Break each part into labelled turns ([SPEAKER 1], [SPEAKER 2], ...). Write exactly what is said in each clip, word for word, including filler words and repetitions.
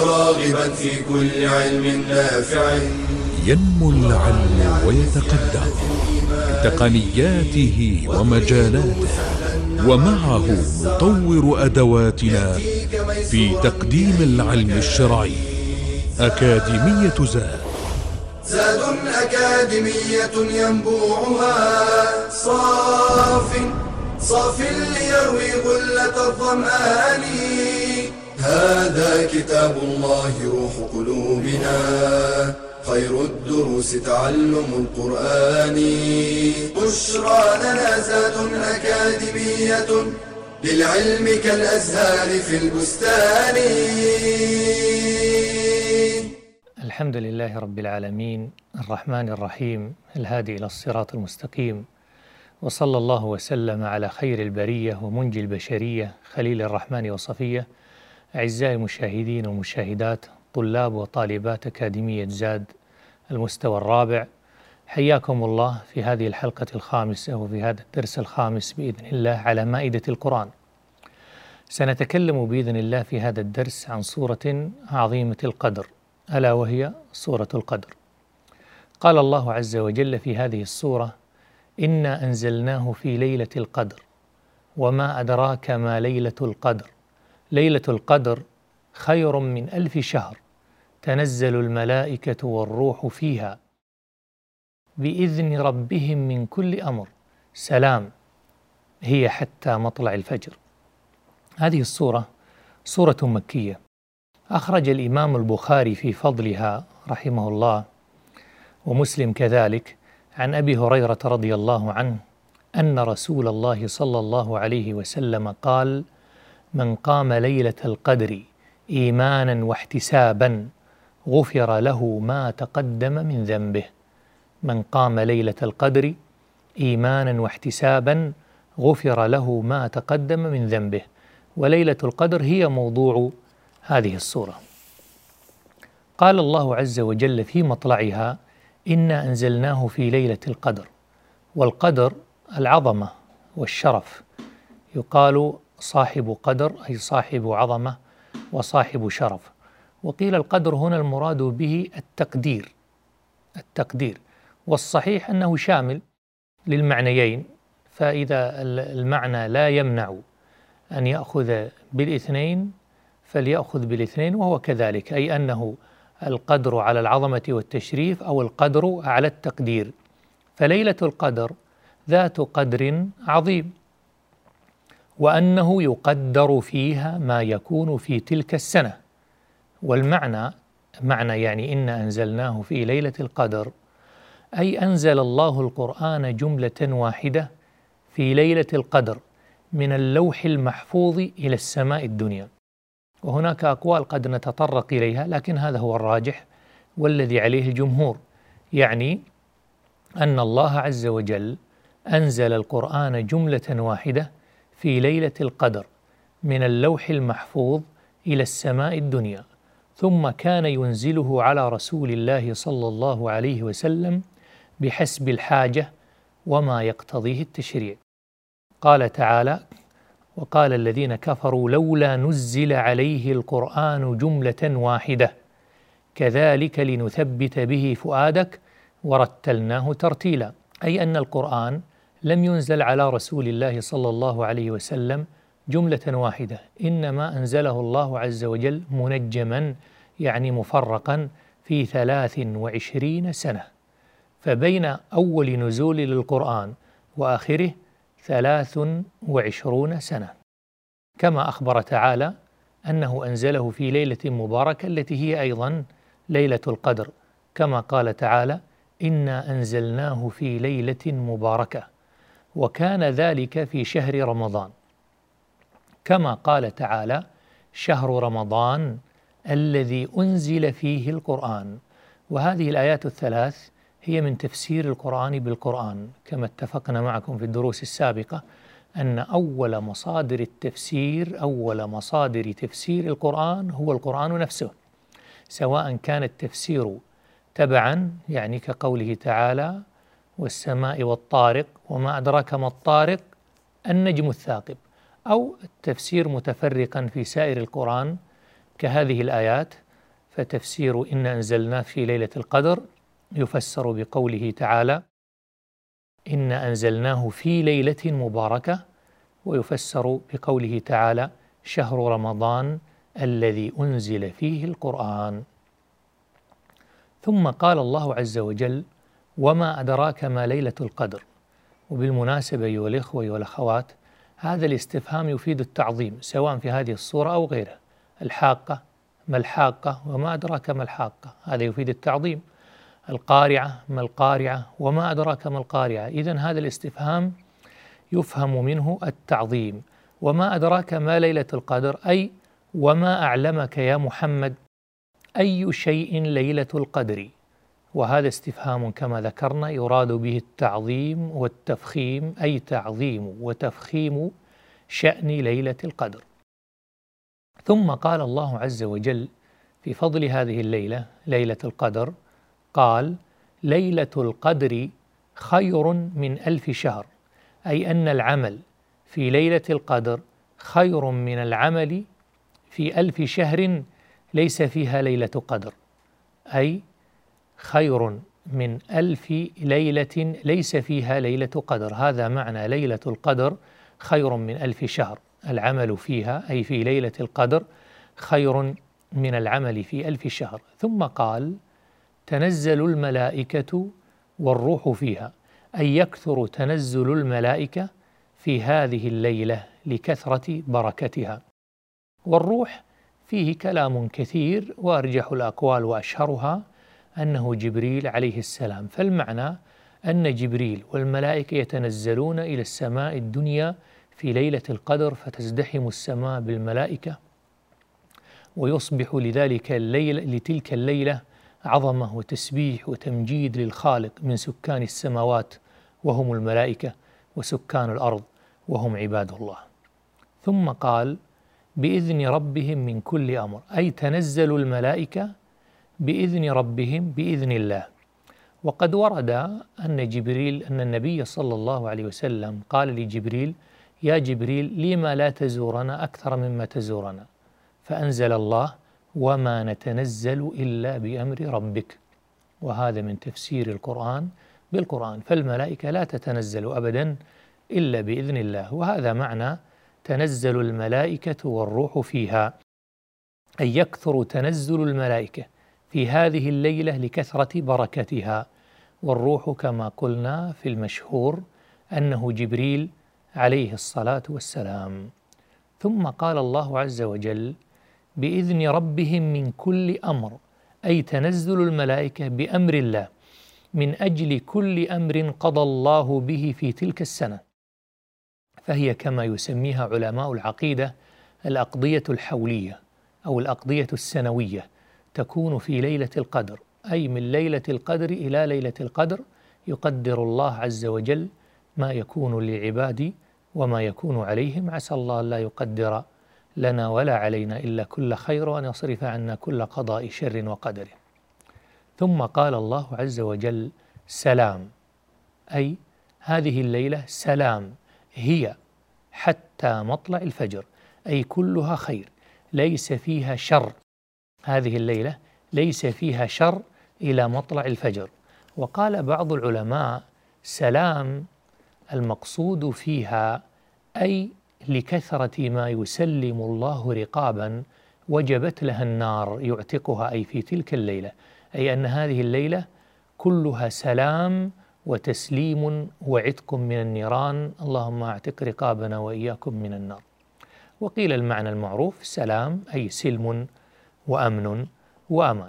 [SPEAKER 1] وراغبا في كل علم نافع.
[SPEAKER 2] ينمو العلم ويتقدم بتقنياته ومجالاته، ومعه نطور أدواتنا في تقديم العلم الشرعي. أكاديمية زاد،
[SPEAKER 1] زاد أكاديمية ينبوعها صاف صاف ليروي غلة الظمآن. هذا كتاب الله روح قلوبنا، خير الدروس تعلم القرآن. بشرى لنا زاد أكاديمية، للعلم كالأزهار في البستان.
[SPEAKER 3] الحمد لله رب العالمين، الرحمن الرحيم، الهادي إلى الصراط المستقيم، وصلى الله وسلم على خير البرية ومنجي البشرية خليل الرحمن وصفية. أعزائي المشاهدين والمشاهدات، طلاب وطالبات أكاديمية زاد المستوى الرابع، حياكم الله في هذه الحلقة الخامسة وفي هذا الدرس الخامس بإذن الله على مائدة القرآن. سنتكلم بإذن الله في هذا الدرس عن سورة عظيمة القدر، ألا وهي سورة القدر. قال الله عز وجل في هذه السورة: إنا أنزلناه في ليلة القدر وما أدراك ما ليلة القدر، ليلة القدر خير من ألف شهر، تنزل الملائكة والروح فيها بإذن ربهم من كل أمر، سلام هي حتى مطلع الفجر. هذه السورة سورة مكية، أخرج الإمام البخاري في فضلها رحمه الله ومسلم كذلك عن أبي هريرة رضي الله عنه أن رسول الله صلى الله عليه وسلم قال: من قام ليلة القدر إيمانا واحتسابا غفر له ما تقدم من ذنبه. من قام ليلة القدر إيمانا واحتسابا غفر له ما تقدم من ذنبه. وليلة القدر هي موضوع هذه السورة. قال الله عز وجل في مطلعها: إنا أنزلناه في ليلة القدر. والقدر العظمة والشرف، يقال صاحب قدر أي صاحب عظمة وصاحب شرف. وقيل القدر هنا المراد به التقدير، التقدير والصحيح أنه شامل للمعنيين، فإذا المعنى لا يمنع أن يأخذ بالاثنين فليأخذ بالاثنين، وهو كذلك، أي أنه القدر على العظمة والتشريف أو القدر على التقدير. فليلة القدر ذات قدر عظيم، وأنه يقدر فيها ما يكون في تلك السنة. والمعنى معنى يعني إن أنزلناه في ليلة القدر، أي أنزل الله القرآن جملة واحدة في ليلة القدر من اللوح المحفوظ إلى السماء الدنيا. وهناك أقوال قد نتطرق إليها، لكن هذا هو الراجح والذي عليه الجمهور، يعني أن الله عز وجل أنزل القرآن جملة واحدة في ليلة القدر من اللوح المحفوظ إلى السماء الدنيا، ثم كان ينزله على رسول الله صلى الله عليه وسلم بحسب الحاجة وما يقتضيه التشريع. قال تعالى: وقال الذين كفروا لولا نزل عليه القرآن جملة واحدة كذلك لنثبت به فؤادك ورتلناه ترتيلا. أي أن القرآن لم ينزل على رسول الله صلى الله عليه وسلم جملة واحدة، إنما أنزله الله عز وجل منجما، يعني مفرقا في ثلاث وعشرين سنة. فبين أول نزول للقرآن وآخره ثلاث وعشرون سنة، كما أخبر تعالى أنه أنزله في ليلة مباركة التي هي أيضا ليلة القدر، كما قال تعالى: إنا أنزلناه في ليلة مباركة، وكان ذلك في شهر رمضان، كما قال تعالى: شهر رمضان الذي أنزل فيه القرآن. وهذه الآيات الثلاث هي من تفسير القرآن بالقرآن، كما اتفقنا معكم في الدروس السابقة أن أول مصادر التفسير أول مصادر تفسير القرآن هو القرآن نفسه، سواء كان التفسير تبعا، يعني كقوله تعالى: والسماء والطارق وما أدراك ما الطارق النجم الثاقب، أو التفسير متفرقا في سائر القرآن كهذه الآيات: فتفسير إن أنزلناه في ليلة القدر يفسر بقوله تعالى إن أنزلناه في ليلة مباركة، ويفسر بقوله تعالى شهر رمضان الذي أنزل فيه القرآن. ثم قال الله عز وجل وما أدراك ما ليلة القدر. وبالمناسبة أيها الإخوة والأخوات، هذا الاستفهام يفيد التعظيم سواء في هذه الصورة أو غيرها. الحاقة ما الحاقة وما أدراك ما الحاقة، هذا يفيد التعظيم. القارعة ما القارعة وما أدراك ما القارعة، إذن هذا الاستفهام يفهم منه التعظيم. وما أدراك ما ليلة القدر أي وما أعلمك يا محمد أي شيء ليلة القدر. وهذا استفهام كما ذكرنا يراد به التعظيم والتفخيم، أي تعظيم وتفخيم شأن ليلة القدر. ثم قال الله عز وجل في فضل هذه الليلة ليلة القدر، قال ليلة القدر خير من ألف شهر، أي أن العمل في ليلة القدر خير من العمل في ألف شهر ليس فيها ليلة قدر، أي خير من ألف ليلة ليس فيها ليلة قدر. هذا معنى ليلة القدر خير من ألف شهر، العمل فيها أي في ليلة القدر خير من العمل في ألف شهر. ثم قال تنزل الملائكة والروح فيها، أي يكثر تنزل الملائكة في هذه الليلة لكثرة بركتها. والروح فيه كلام كثير، وأرجح الأقوال وأشهرها أنه جبريل عليه السلام. فالمعنى أن جبريل والملائكة يتنزلون إلى السماء الدنيا في ليلة القدر، فتزدحم السماء بالملائكة، ويصبح لذلك الليل لتلك الليلة عظمة وتسبيح وتمجيد للخالق من سكان السماوات وهم الملائكة، وسكان الأرض وهم عباد الله. ثم قال بإذن ربهم من كل أمر، أي تنزل الملائكة بإذن ربهم بإذن الله. وقد ورد أن جبريل أن النبي صلى الله عليه وسلم قال لجبريل يا جبريل لما لا تزورنا أكثر مما تزورنا، فأنزل الله وما نتنزل إلا بأمر ربك. وهذا من تفسير القرآن بالقرآن، فالملائكة لا تتنزل أبدا إلا بإذن الله. وهذا معنى تنزل الملائكة والروح فيها، أي يكثر تنزل الملائكة في هذه الليلة لكثرة بركتها. والروح كما قلنا في المشهور أنه جبريل عليه الصلاة والسلام. ثم قال الله عز وجل بإذن ربهم من كل أمر، أي تنزل الملائكة بأمر الله من أجل كل أمر قضى الله به في تلك السنة. فهي كما يسميها علماء العقيدة الأقضية الحولية أو الأقضية السنوية، تكون في ليلة القدر، أي من ليلة القدر إلى ليلة القدر يقدر الله عز وجل ما يكون للعباد وما يكون عليهم. عسى الله لا يقدر لنا ولا علينا إلا كل خير، وأن يصرف عنا كل قضاء شر وقدر. ثم قال الله عز وجل سلام، أي هذه الليلة سلام هي حتى مطلع الفجر، أي كلها خير ليس فيها شر. هذه الليلة ليس فيها شر إلى مطلع الفجر. وقال بعض العلماء سلام المقصود فيها أي لكثرة ما يسلم الله رقابا وجبت لها النار يعتقها، أي في تلك الليلة، أي أن هذه الليلة كلها سلام وتسليم وعتق من النيران. اللهم اعتق رقابنا وإياكم من النار. وقيل المعنى المعروف سلام أي سلم وأمن وأمان.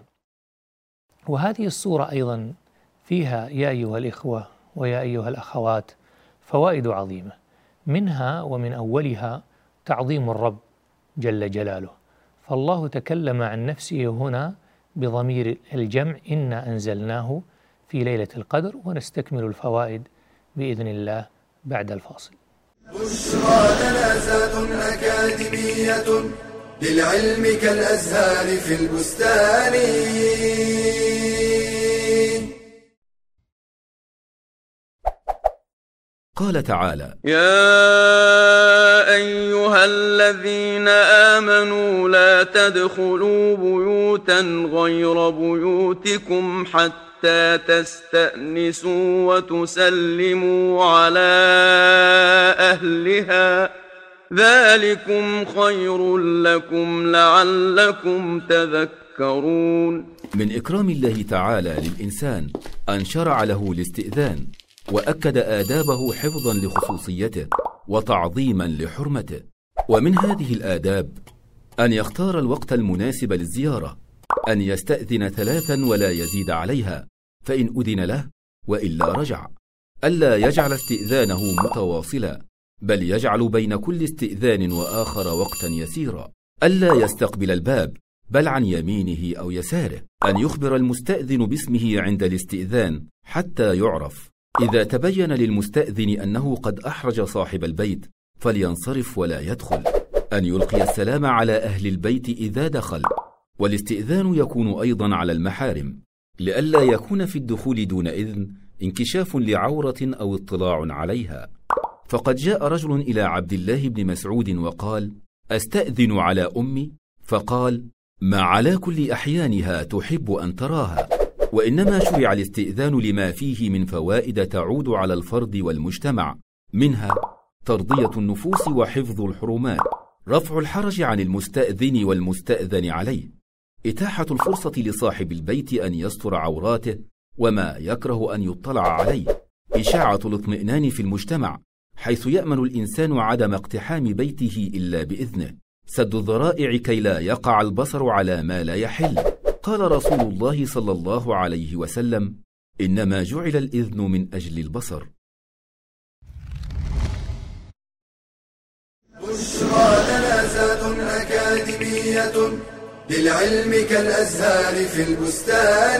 [SPEAKER 3] وهذه السورة أيضا فيها يا أيها الإخوة ويا أيها الأخوات فوائد عظيمة، منها ومن أولها تعظيم الرب جل جلاله. فالله تكلم عن نفسه هنا بضمير الجمع إنا أنزلناه في ليلة القدر. ونستكمل الفوائد بإذن الله بعد الفاصل.
[SPEAKER 1] بشرى لنا زاد أكاديمية للعلم كالأزهار في البستان.
[SPEAKER 4] وقال تعالى:
[SPEAKER 5] يا أيها الذين آمنوا لا تدخلوا بيوتا غير بيوتكم حتى تستأنسوا وتسلموا على أهلها ذلكم خير لكم لعلكم تذكرون.
[SPEAKER 4] من إكرام الله تعالى للإنسان أن شرع له الاستئذان، وأكد آدابه حفظا لخصوصيته وتعظيما لحرمته. ومن هذه الآداب أن يختار الوقت المناسب للزيارة، أن يستأذن ثلاثا ولا يزيد عليها، فإن أذن له وإلا رجع. ألا يجعل استئذانه متواصلا، بل يجعل بين كل استئذان وآخر وقتا يسيرا. ألا يستقبل الباب، بل عن يمينه أو يساره. أن يخبر المستأذن باسمه عند الاستئذان حتى يعرف. إذا تبين للمستأذن أنه قد أحرج صاحب البيت فلينصرف ولا يدخل. أن يلقي السلام على أهل البيت إذا دخل. والاستئذان يكون أيضا على المحارم، لئلا يكون في الدخول دون إذن انكشاف لعورة أو اطلاع عليها. فقد جاء رجل إلى عبد الله بن مسعود وقال: أستأذن على أمي؟ فقال: ما على كل أحيانها تحب أن تراها. وإنما شرع الاستئذان لما فيه من فوائد تعود على الفرد والمجتمع، منها ترضية النفوس وحفظ الحرمات، رفع الحرج عن المستأذن والمستأذن عليه، إتاحة الفرصة لصاحب البيت أن يستر عوراته وما يكره أن يطلع عليه، إشاعة الاطمئنان في المجتمع حيث يأمن الإنسان عدم اقتحام بيته إلا بإذنه، سد الذرائع كي لا يقع البصر على ما لا يحل. قال رسول الله صلى الله عليه وسلم: إنما جعل الإذن من أجل البصر.
[SPEAKER 1] بشرى لنا زاد أكاديمية للعلم كالأزهار في البستان.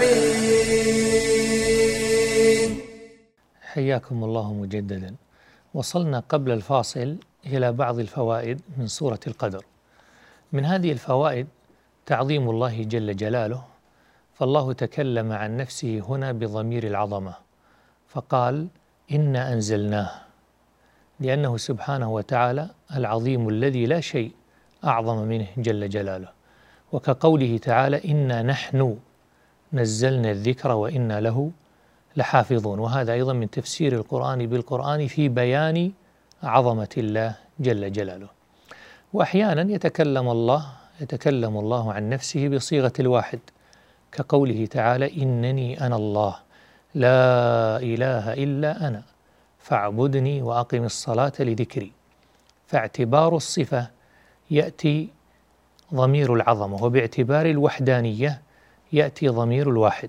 [SPEAKER 3] حياكم الله مجددا. وصلنا قبل الفاصل إلى بعض الفوائد من سورة القدر. من هذه الفوائد تعظيم الله جل جلاله، فالله تكلم عن نفسه هنا بضمير العظمة فقال: إنا أنزلناه، لأنه سبحانه وتعالى العظيم الذي لا شيء أعظم منه جل جلاله. وكقوله تعالى: إنا نحن نزلنا الذكر وإنا له لحافظون. وهذا أيضا من تفسير القرآن بالقرآن في بيان عظمة الله جل جلاله. وأحيانا يتكلم الله يتكلم الله عن نفسه بصيغة الواحد، كقوله تعالى: إنني أنا الله لا إله إلا أنا فاعبدني وأقم الصلاة لذكري. فاعتبار الصفة يأتي ضمير العظمة، وباعتبار الوحدانية يأتي ضمير الواحد.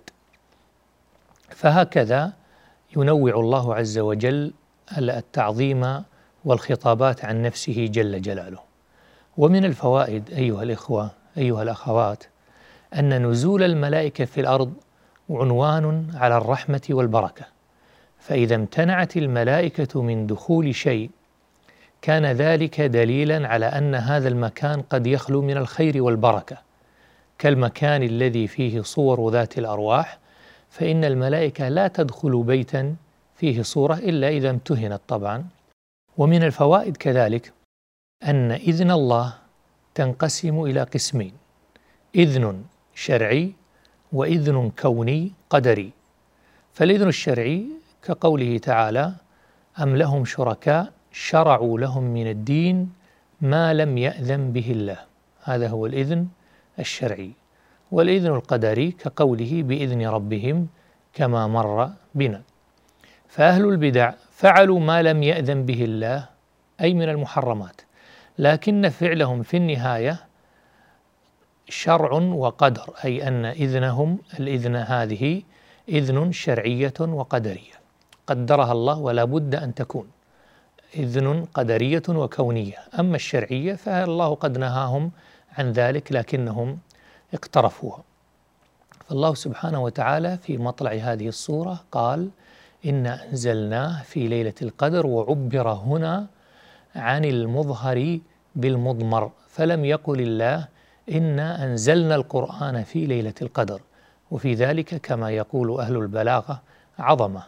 [SPEAKER 3] فهكذا ينوع الله عز وجل التعظيم والخطابات عن نفسه جل جلاله. ومن الفوائد أيها الإخوة أيها الأخوات أن نزول الملائكة في الأرض عنوان على الرحمة والبركة، فإذا امتنعت الملائكة من دخول شيء كان ذلك دليلا على أن هذا المكان قد يخلو من الخير والبركة، كالمكان الذي فيه صور ذات الأرواح، فإن الملائكة لا تدخل بيتا فيه صورة إلا إذا امتهنت طبعا. ومن الفوائد كذلك أن إذن الله تنقسم إلى قسمين: إذن شرعي وإذن كوني قدري. فالإذن الشرعي كقوله تعالى: أم لهم شركاء شرعوا لهم من الدين ما لم يأذن به الله، هذا هو الإذن الشرعي. والإذن القدري كقوله: بإذن ربهم كما مر بنا. فأهل البدع فعلوا ما لم يأذن به الله أي من المحرمات، لكن فعلهم في النهاية شرع وقدر، أي أن إذنهم الإذن هذه إذن شرعية وقدرية قدرها الله ولا بد أن تكون إذن قدرية وكونية. أما الشرعية فالله قد نهاهم عن ذلك لكنهم اقترفوها. فالله سبحانه وتعالى في مطلع هذه السورة قال: إنا أنزلناه في ليلة القدر، وعبر هنا عن المظهر بالمضمر، فلم يقل الله إنا أنزلنا القرآن في ليلة القدر، وفي ذلك كما يقول أهل البلاغة عظمة.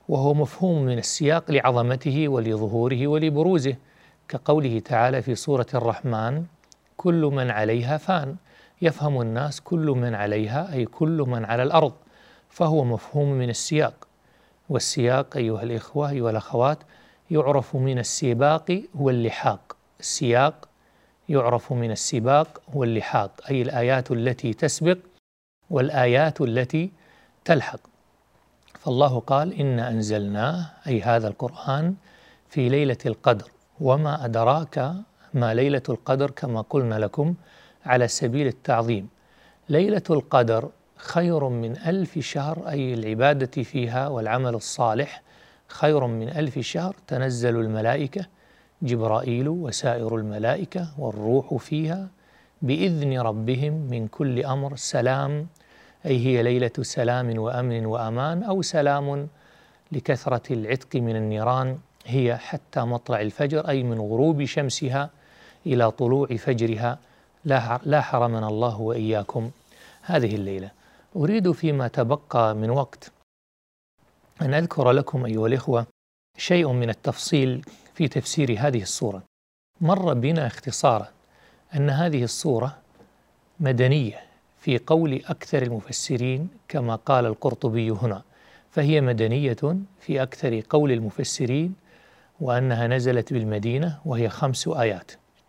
[SPEAKER 3] وهو مفهوم من السياق لعظمته ولظهوره ولبروزه، كقوله تعالى في سورة الرحمن: كل من عليها فان. يفهم الناس كل من عليها أي كل من على الأرض، فهو مفهوم من السياق. والسياق أيها الإخوة أيها الأخوات يعرف من السباق واللحاق. السياق يعرف من السباق واللحاق، أي الآيات التي تسبق والآيات التي تلحق. فالله قال: إنا أنزلناه، أي هذا القرآن، في ليلة القدر، وما أدراك ما ليلة القدر، كما قلنا لكم على سبيل التعظيم. ليلة القدر خير من ألف شهر، أي العبادة فيها والعمل الصالح خير من ألف شهر. تنزل الملائكة، جبرائيل وسائر الملائكة والروح فيها بإذن ربهم من كل أمر سلام، أي هي ليلة سلام وأمن وأمان، أو سلام لكثرة العتق من النيران، هي حتى مطلع الفجر، أي من غروب شمسها إلى طلوع فجرها، لا حرمنا الله وإياكم هذه الليلة. أريد فيما تبقى من وقت أن أذكر لكم أيها الإخوة شيء من التفصيل في تفسير هذه السورة. مر بنا اختصارا أن هذه السورة مدنية في قول أكثر المفسرين، كما قال القرطبي هنا، فهي مدنية في أكثر قول المفسرين، وأنها نزلت بالمدينة، وهي خمس آيات.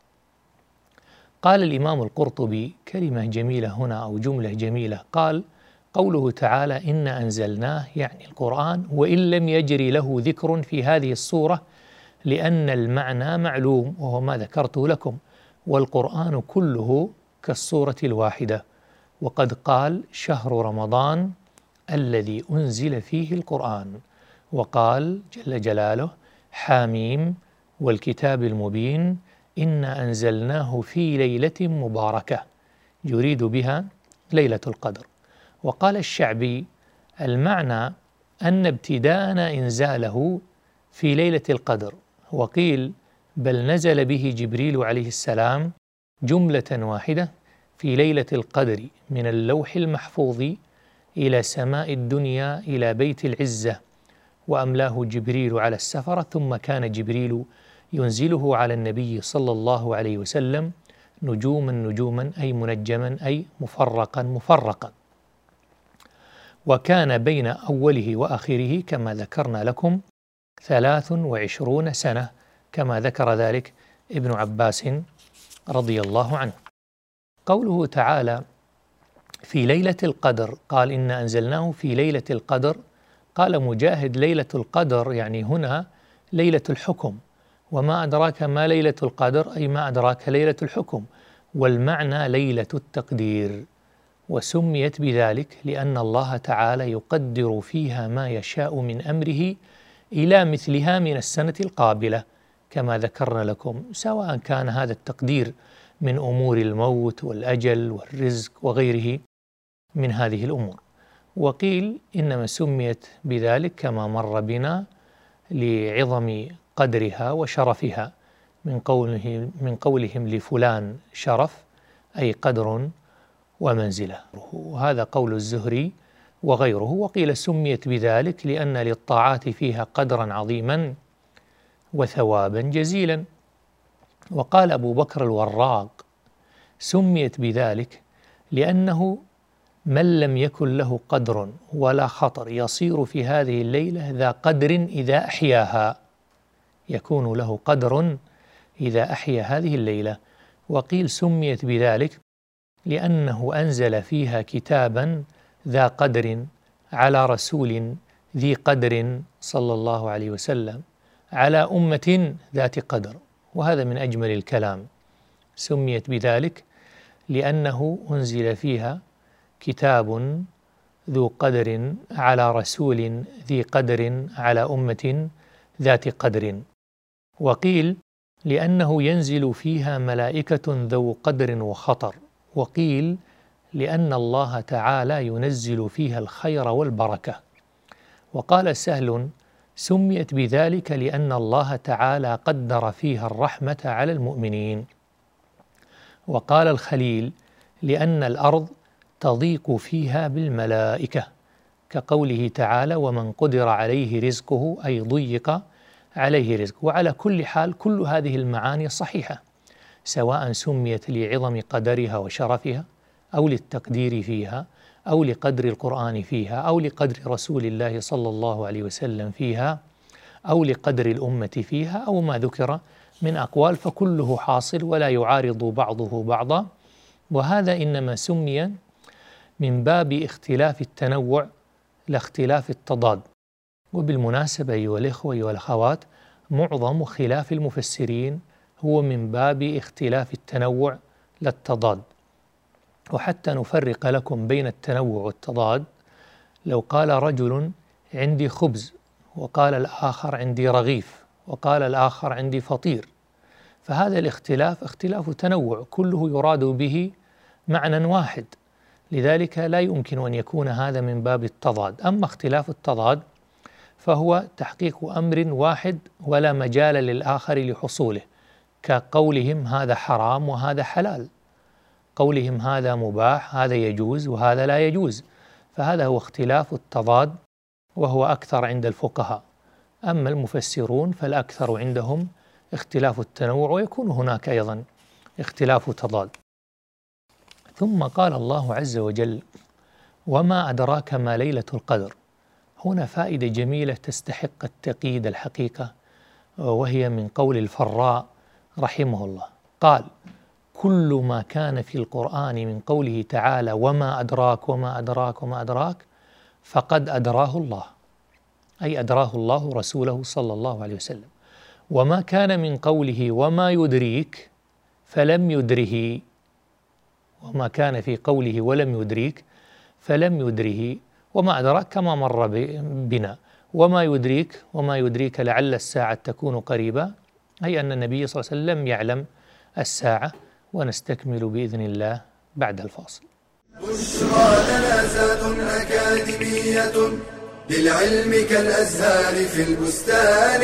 [SPEAKER 3] قال الإمام القرطبي كلمة جميلة هنا أو جملة جميلة، قال: قوله تعالى إنا أنزلناه، يعني القرآن، وإن لم يجري له ذكر في هذه السورة، لأن المعنى معلوم، وهو ما ذكرت لكم، والقرآن كله كالسورة الواحدة. وقد قال: شهر رمضان الذي أنزل فيه القرآن، وقال جل جلاله: حاميم والكتاب المبين إنا أنزلناه في ليلة مباركة، يريد بها ليلة القدر. وقال الشعبي: المعنى أن ابتداءنا إنزاله في ليلة القدر. وقيل: بل نزل به جبريل عليه السلام جملة واحدة في ليلة القدر من اللوح المحفوظ إلى سماء الدنيا إلى بيت العزة، وأملاه جبريل على السفر، ثم كان جبريل ينزله على النبي صلى الله عليه وسلم نجوما نجوما، أي منجما، أي مفرقا مفرقا. وكان بين أوله وآخره كما ذكرنا لكم ثلاث وعشرون سنة، كما ذكر ذلك ابن عباس رضي الله عنه. قوله تعالى في ليلة القدر، قال إنا أنزلناه في ليلة القدر، قال مجاهد: ليلة القدر يعني هنا ليلة الحكم، وما أدراك ما ليلة القدر، أي ما أدراك ليلة الحكم، والمعنى ليلة التقدير. وسميت بذلك لأن الله تعالى يقدر فيها ما يشاء من أمره إلى مثلها من السنة القابلة، كما ذكرنا لكم، سواء كان هذا التقدير من أمور الموت والأجل والرزق وغيره من هذه الأمور. وقيل إنما سميت بذلك كما مر بنا لعظم قدرها وشرفها، من قوله من قولهم لفلان شرف، أي قدر ومنزلة، وهذا قول الزهري وغيره. وقيل سميت بذلك لأن للطاعات فيها قدرا عظيما وثوابا جزيلا. وقال أبو بكر الوراق: سميت بذلك لأنه من لم يكن له قدر ولا خطر يصير في هذه الليلة ذا قدر إذا أحياها، يكون له قدر إذا أحيا هذه الليلة. وقيل سميت بذلك لأنه أنزل فيها كتابا ذا قدر على رسول ذي قدر صلى الله عليه وسلم على أمة ذات قدر، وهذا من أجمل الكلام. سميت بذلك لأنه أنزل فيها كتاب ذو قدر على رسول ذي قدر على أمة ذات قدر. وقيل لأنه ينزل فيها ملائكة ذو قدر وخطر. وقيل لأن الله تعالى ينزل فيها الخير والبركة. وقال سهل: سميت بذلك لأن الله تعالى قدر فيها الرحمة على المؤمنين. وقال الخليل: لأن الأرض تضيق فيها بالملائكة. كقوله تعالى: ومن قدر عليه رزقه، أي ضيق عليه رزقه. وعلى كل حال كل هذه المعاني صحيحة، سواء سميت لعظم قدرها وشرفها، أو للتقدير فيها، أو لقدر القرآن فيها، أو لقدر رسول الله صلى الله عليه وسلم فيها، أو لقدر الأمة فيها، أو ما ذكر من أقوال، فكله حاصل ولا يعارض بعضه بعضا. وهذا إنما سمي من باب اختلاف التنوع لا اختلاف التضاد. وبالمناسبة أيها الإخوة أيها الأخوات، معظم خلاف المفسرين هو من باب اختلاف التنوع لا التضاد. وحتى نفرق لكم بين التنوع والتضاد، لو قال رجل عندي خبز، وقال الآخر عندي رغيف، وقال الآخر عندي فطير، فهذا الاختلاف اختلاف تنوع، كله يراد به معنى واحد، لذلك لا يمكن أن يكون هذا من باب التضاد. أما اختلاف التضاد فهو تحقيق أمر واحد ولا مجال للآخر لحصوله، كقولهم هذا حرام وهذا حلال، قولهم هذا مباح هذا يجوز وهذا لا يجوز، فهذا هو اختلاف التضاد، وهو أكثر عند الفقهاء. أما المفسرون فالأكثر عندهم اختلاف التنوع، ويكون هناك أيضا اختلاف تضاد. ثم قال الله عز وجل: وما أدراك ما ليلة القدر. هنا فائدة جميلة تستحق التقييد الحقيقة، وهي من قول الفراء رحمه الله، قال: كل ما كان في القرآن من قوله تعالى وما أدراك وما أدراك وما أدراك فقد أدراه الله، أي أدراه الله رسوله صلى الله عليه وسلم. وما كان من قوله وما يدريك فلم يدره، وما كان في قوله ولم يدريك فلم يدره. وما أدراك كما مر بنا، وما يدريك وما يدريك لعل الساعة تكون قريبا، أي أن النبي صلى الله عليه وسلم يعلم الساعة. ونستكمل بإذن الله بعد الفاصل.
[SPEAKER 1] بشرى لنا زاد أكاديمية للعلم كالأزهار في البستان.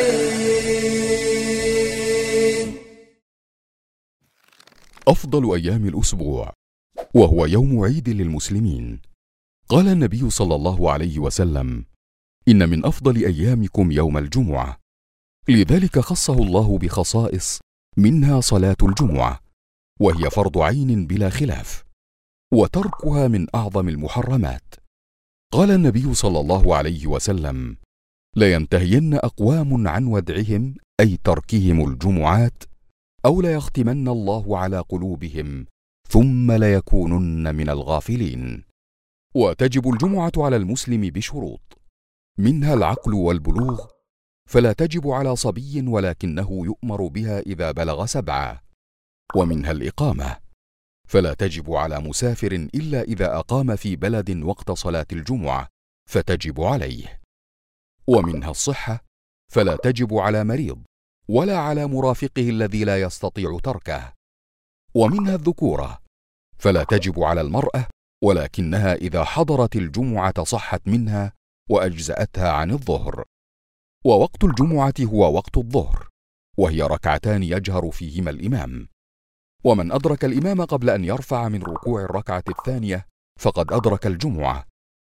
[SPEAKER 6] أفضل أيام الأسبوع وهو يوم عيد للمسلمين. قال النبي صلى الله عليه وسلم: إن من أفضل أيامكم يوم الجمعة، لذلك خصه الله بخصائص، منها صلاة الجمعة، وهي فرض عين بلا خلاف، وتركها من أعظم المحرمات. قال النبي صلى الله عليه وسلم: لينتهين أقوام عن ودعهم، أي تركهم الجمعات، أو ليختمن الله على قلوبهم ثم ليكونن من الغافلين. وتجب الجمعة على المسلم بشروط، منها العقل والبلوغ، فلا تجب على صبي ولكنه يؤمر بها إذا بلغ سبعة. ومنها الإقامة، فلا تجب على مسافر إلا إذا أقام في بلد وقت صلاة الجمعة فتجب عليه. ومنها الصحة، فلا تجب على مريض ولا على مرافقه الذي لا يستطيع تركه. ومنها الذكورة، فلا تجب على المرأة، ولكنها إذا حضرت الجمعة صحت منها وأجزأتها عن الظهر. ووقت الجمعة هو وقت الظهر، وهي ركعتان يجهر فيهما الإمام. ومن أدرك الإمام قبل أن يرفع من ركوع الركعة الثانية فقد أدرك الجمعة،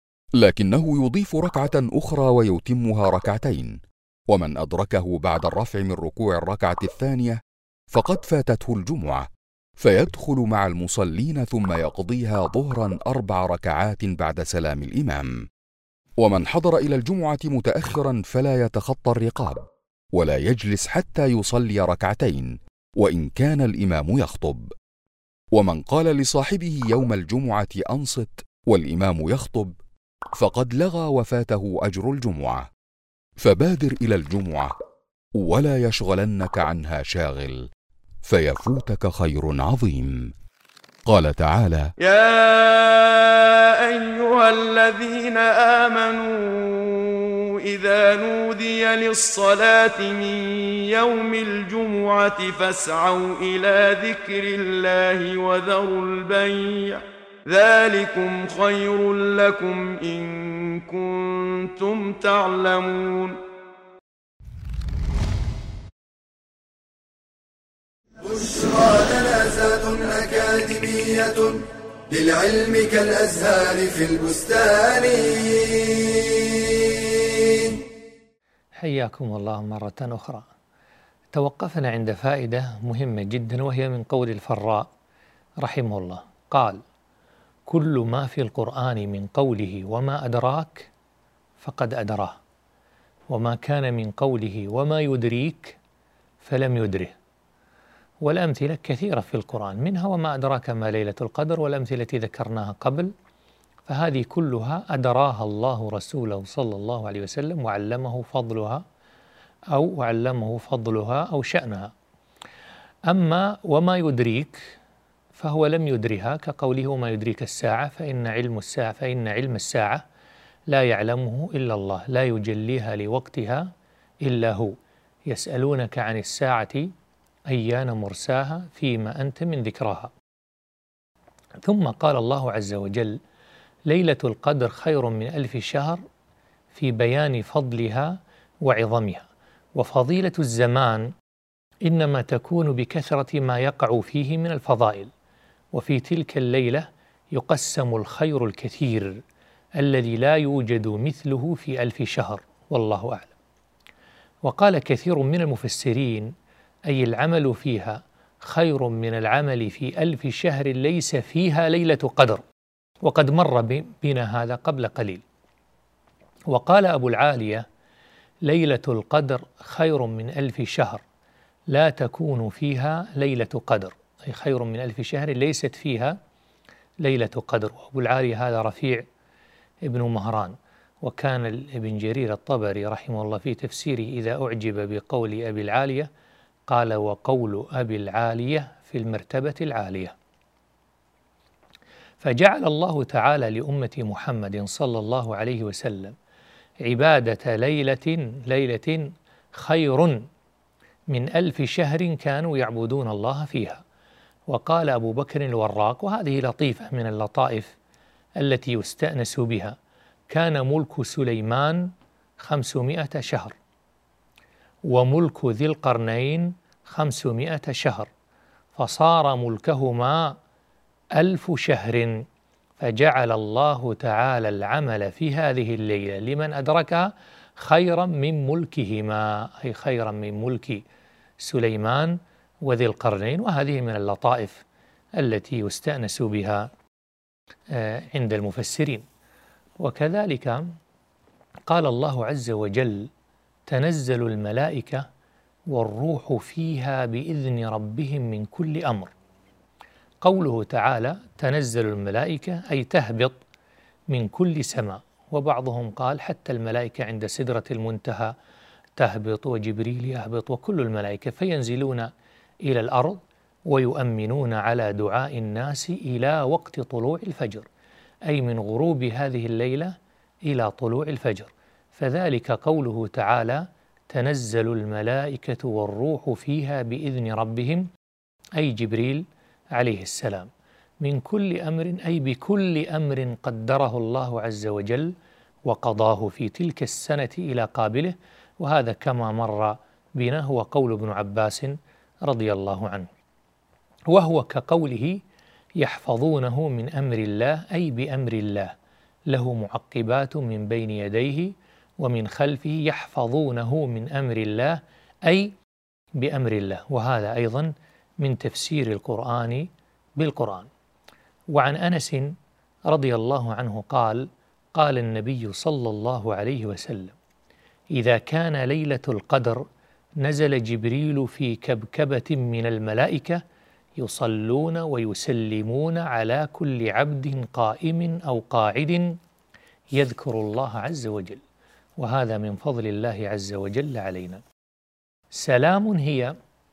[SPEAKER 6] لكنه يضيف ركعة أخرى ويتمها ركعتين. ومن أدركه بعد الرفع من ركوع الركعة الثانية فقد فاتته الجمعة، فيدخل مع المصلين ثم يقضيها ظهرا أربع ركعات بعد سلام الإمام. ومن حضر إلى الجمعة متأخرا فلا يتخطى الرقاب، ولا يجلس حتى يصلي ركعتين وإن كان الإمام يخطب. ومن قال لصاحبه يوم الجمعة أنصت والإمام يخطب فقد لغى وفاته أجر الجمعة. فبادر إلى الجمعة ولا يشغلنك عنها شاغل فيفوتك خير عظيم. قال تعالى:
[SPEAKER 5] يا أيها الذين آمنوا إذا نودي للصلاة من يوم الجمعة فاسعوا إلى ذكر الله وذروا البيع ذلكم خير لكم إن كنتم تعلمون.
[SPEAKER 1] بشرى لنا زاد أكاديمية للعلم كالأزهار في البستان.
[SPEAKER 3] حياكم الله مرة أخرى. توقفنا عند فائدة مهمة جدا، وهي من قول الفراء رحمه الله، قال: كل ما في القرآن من قوله وما أدراك فقد أدراه، وما كان من قوله وما يدريك فلم يدره. والأمثلة كثيرة في القرآن، منها وما أدراك ما ليلة القدر، والأمثلة التي ذكرناها قبل، فهذه كلها أدراها الله رسوله صلى الله عليه وسلم وعلمه فضلها أو علمه فضلها أو شأنها. أما وما يدريك فهو لم يدرها، كقوله وما يدريك الساعة فإن علم الساعة فإن علم الساعة لا يعلمه إلا الله لا يجليها لوقتها إلا هو، يسألونك عن الساعة أيان مرساها فيما أنت من ذكراها. ثم قال الله عز وجل: ليلة القدر خير من ألف شهر، في بيان فضلها وعظمها. وفضيلة الزمان إنما تكون بكثرة ما يقع فيه من الفضائل، وفي تلك الليلة يقسم الخير الكثير الذي لا يوجد مثله في ألف شهر، والله أعلم. وقال كثير من المفسرين: أي العمل فيها خير من العمل في ألف شهر ليس فيها ليلة قدر، وقد مر بنا هذا قبل قليل. وقال أبو العالية: ليلة القدر خير من ألف شهر لا تكون فيها ليلة قدر، أي خير من ألف شهر ليست فيها ليلة قدر. وأبو العالية هذا رفيع ابن مهران. وكان ابن جرير الطبري رحمه الله في تفسيره إذا أعجب بقول أبي العالية قال: وقول أبي العالية في المرتبة العالية. فجعل الله تعالى لأمة محمد صلى الله عليه وسلم عبادة ليلة ليلة خير من ألف شهر كانوا يعبدون الله فيها. وقال أبو بكر الوراق، وهذه لطيفة من اللطائف التي يستأنس بها: كان ملك سليمان خمسمائة شهر، وملك ذي القرنين خمسمائة شهر، فصار ملكهما ألف شهر، فجعل الله تعالى العمل في هذه الليلة لمن أدركها خيرا من ملكهما، أي خيرا من ملك سليمان وذي القرنين. وهذه من اللطائف التي يستأنس بها عند المفسرين. وكذلك قال الله عز وجل: تنزل الملائكة والروح فيها بإذن ربهم من كل أمر. قوله تعالى تنزل الملائكة أي تهبط من كل سماء، وبعضهم قال حتى الملائكة عند سدرة المنتهى تهبط، وجبريل يهبط، وكل الملائكة، فينزلون إلى الأرض ويؤمنون على دعاء الناس إلى وقت طلوع الفجر، أي من غروب هذه الليلة إلى طلوع الفجر. فذلك قوله تعالى تنزل الملائكة والروح فيها بإذن ربهم، أي جبريل عليه السلام، من كل أمر، أي بكل أمر قدره الله عز وجل وقضاه في تلك السنة إلى قابله. وهذا كما مر بنا هو قول ابن عباس رضي الله عنه. وهو كقوله يحفظونه من أمر الله، أي بأمر الله، له معقبات من بين يديه ومن خلفه يحفظونه من أمر الله، أي بأمر الله. وهذا أيضا من تفسير القرآن بالقرآن. وعن أنس رضي الله عنه قال: قال النبي صلى الله عليه وسلم: إذا كان ليلة القدر نزل جبريل في كبكبة من الملائكة يصلون ويسلمون على كل عبد قائم أو قاعد يذكر الله عز وجل. وهذا من فضل الله عز وجل علينا. سلام هي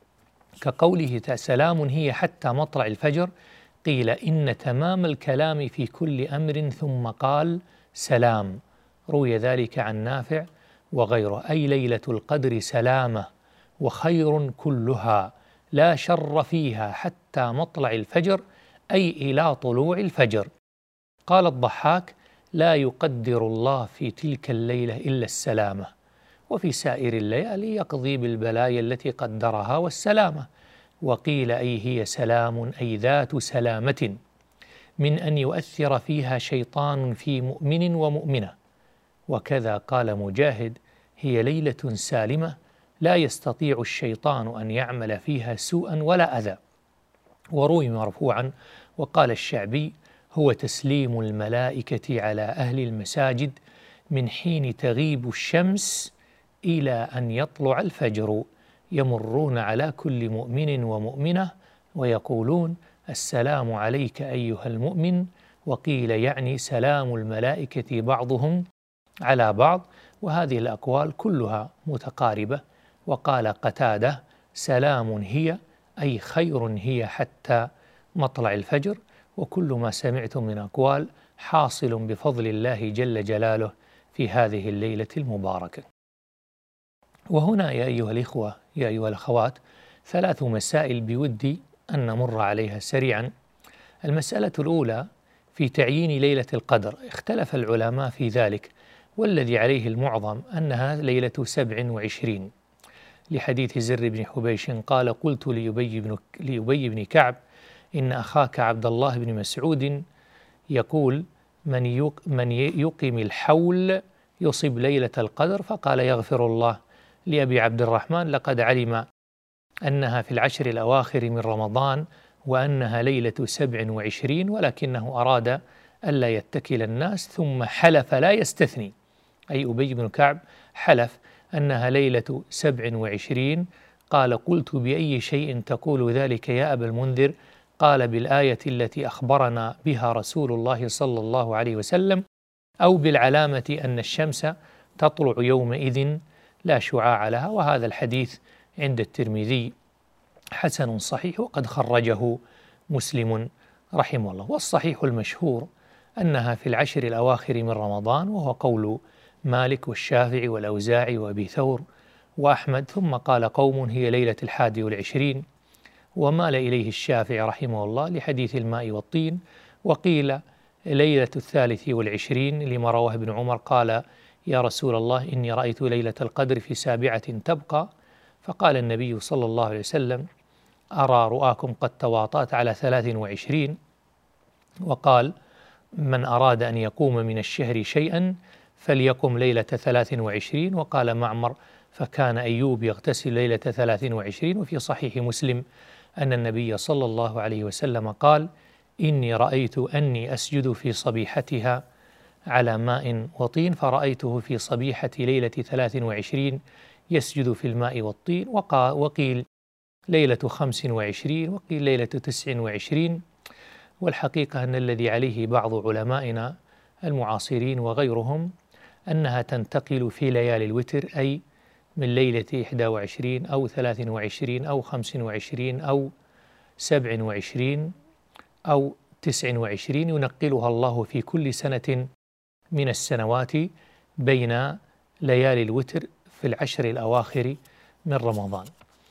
[SPEAKER 3] كقوله سلام هي حتى مطلع الفجر، قيل إن تمام الكلام في كل أمر، ثم قال سلام. روي ذلك عن نافع وغيره، أي ليلة القدر سلامة وخير كلها لا شر فيها حتى مطلع الفجر، أي إلى طلوع الفجر. قال الضحاك: لا يقدر الله في تلك الليلة إلا السلامة، وفي سائر الليالي يقضي بالبلايا التي قدرها والسلامة. وقيل أي هي سلام، أي ذات سلامة من أن يؤثر فيها شيطان في مؤمن ومؤمنة. وكذا قال مجاهد: هي ليلة سالمة لا يستطيع الشيطان أن يعمل فيها سوءا ولا أذى. وروي مرفوعا وقال الشعبي: هو تسليم الملائكة على أهل المساجد من حين تغيب الشمس إلى أن يطلع الفجر، يمرون على كل مؤمن ومؤمنة ويقولون: السلام عليك أيها المؤمن، وقيل يعني سلام الملائكة بعضهم على بعض. وهذه الأقوال كلها متقاربة. وقال قتادة: سلام هي أي خير هي حتى مطلع الفجر. وكل ما سمعتم من أقوال حاصل بفضل الله جل جلاله في هذه الليلة المباركة. وهنا يا أيها الإخوة يا أيها الأخوات ثلاث مسائل بودي أن نمر عليها سريعا. المسألة الأولى في تعيين ليلة القدر، اختلف العلماء في ذلك، والذي عليه المعظم أنها ليلة سبع وعشرين، لحديث زر بن حبيش قال: قلت لأبي بن, لأبي بن كعب: إن أخاك عبد الله بن مسعود يقول: من, يق من يقيم الحول يصب ليلة القدر. فقال: يغفر الله لأبي عبد الرحمن، لقد علم أنها في العشر الأواخر من رمضان وأنها ليلة سبع وعشرين، ولكنه أراد ألا يتكل الناس ثم حلف لا يستثني، أي أبي بن كعب حلف أنها ليلة سبع وعشرين. قال: قلت: بأي شيء تقول ذلك يا أبا المنذر؟ قال: بالآية التي أخبرنا بها رسول الله صلى الله عليه وسلم، أو بالعلامة أن الشمس تطلع يومئذ لا شعاع لها. وهذا الحديث عند الترمذي حسن صحيح، وقد خرجه مسلم رحمه الله. والصحيح المشهور أنها في العشر الأواخر من رمضان، وهو قول مالك والشافعي والأوزاعي وأبي ثور وأحمد. ثم قال قوم: هي ليلة الحادي والعشرين، ومال إليه الشافعي رحمه الله لحديث الماء والطين. وقيل ليلة الثالث والعشرين لما رواه ابن عمر قال: يا رسول الله إني رأيت ليلة القدر في سابعة تبقى. فقال النبي صلى الله عليه وسلم: أرى رؤاكم قد تواطأت على ثلاث وعشرين. وقال: من أراد أن يقوم من الشهر شيئا فليقم ليلة ثلاث وعشرين. وقال معمر: فكان أيوب يغتسل ليلة ثلاث وعشرين. وفي صحيح مسلم أن النبي صلى الله عليه وسلم قال: إني رأيت أني أسجد في صبيحتها على ماء وطين، فرأيته في صبيحة ليلة ثلاث وعشرين يسجد في الماء والطين. وقيل ليلة خمس وعشرين، وقيل ليلة تسع وعشرين. والحقيقة أن الذي عليه بعض علمائنا المعاصرين وغيرهم أنها تنتقل في ليالي الوتر، أي من ليلة إحدى وعشرين أو ثلاث وعشرين أو خمس وعشرين أو سبع وعشرين أو تسع وعشرين، ينقلها الله في كل سنة من السنوات بين ليالي الوتر في العشر الأواخر من رمضان.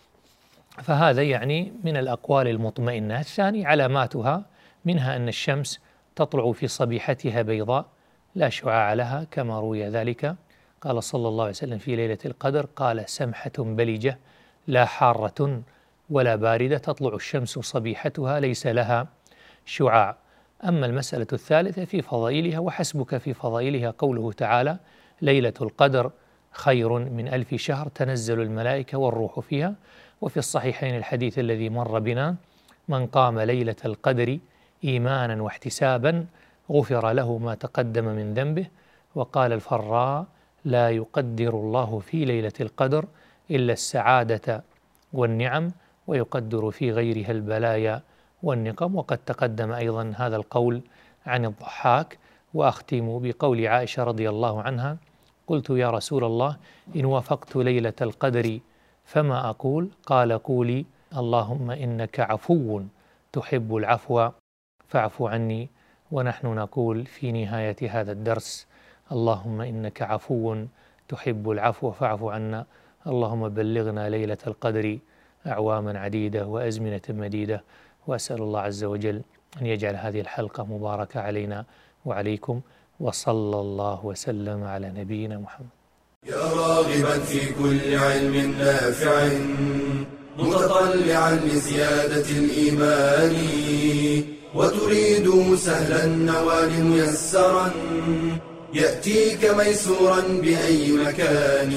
[SPEAKER 3] فهذا يعني من الأقوال المطمئنة. الثاني علاماتها، منها أن الشمس تطلع في صبيحتها بيضاء لا شعاع لها، كما روي ذلك. قال صلى الله عليه وسلم في ليلة القدر: قال: سمحة بلجة لا حارة ولا باردة، تطلع الشمس صبيحتها ليس لها شعاع. أما المسألة الثالثة في فضائلها، وحسبك في فضائلها قوله تعالى: ليلة القدر خير من ألف شهر تنزل الملائكة والروح فيها. وفي الصحيحين الحديث الذي مر بنا: من قام ليلة القدر إيمانا واحتسابا غفر له ما تقدم من ذنبه. وقال الفراء: لا يقدر الله في ليلة القدر إلا السعادة والنعم، ويقدر في غيرها البلايا والنقم. وقد تقدم أيضا هذا القول عن الضحاك. وأختم بقول عائشة رضي الله عنها: قلت يا رسول الله إن وافقت ليلة القدر فما أقول؟ قال: قولي: اللهم إنك عفو تحب العفو فاعف عني. ونحن نقول في نهاية هذا الدرس: اللهم إنك عفو تحب العفو فاعف عنا. اللهم بلغنا ليلة القدر أعواما عديدة وأزمنة مديدة. وأسأل الله عز وجل أن يجعل هذه الحلقة مباركة علينا وعليكم، وصلى الله وسلم على نبينا محمد.
[SPEAKER 1] يا راغبا في كل علم نافع متطلعا لزيادة الإيمان وتريد سهلا النوال ميسرا يأتيك ميسورا بأي مكان.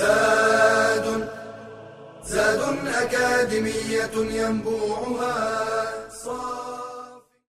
[SPEAKER 1] زاد زاد أكاديمية ينبوعها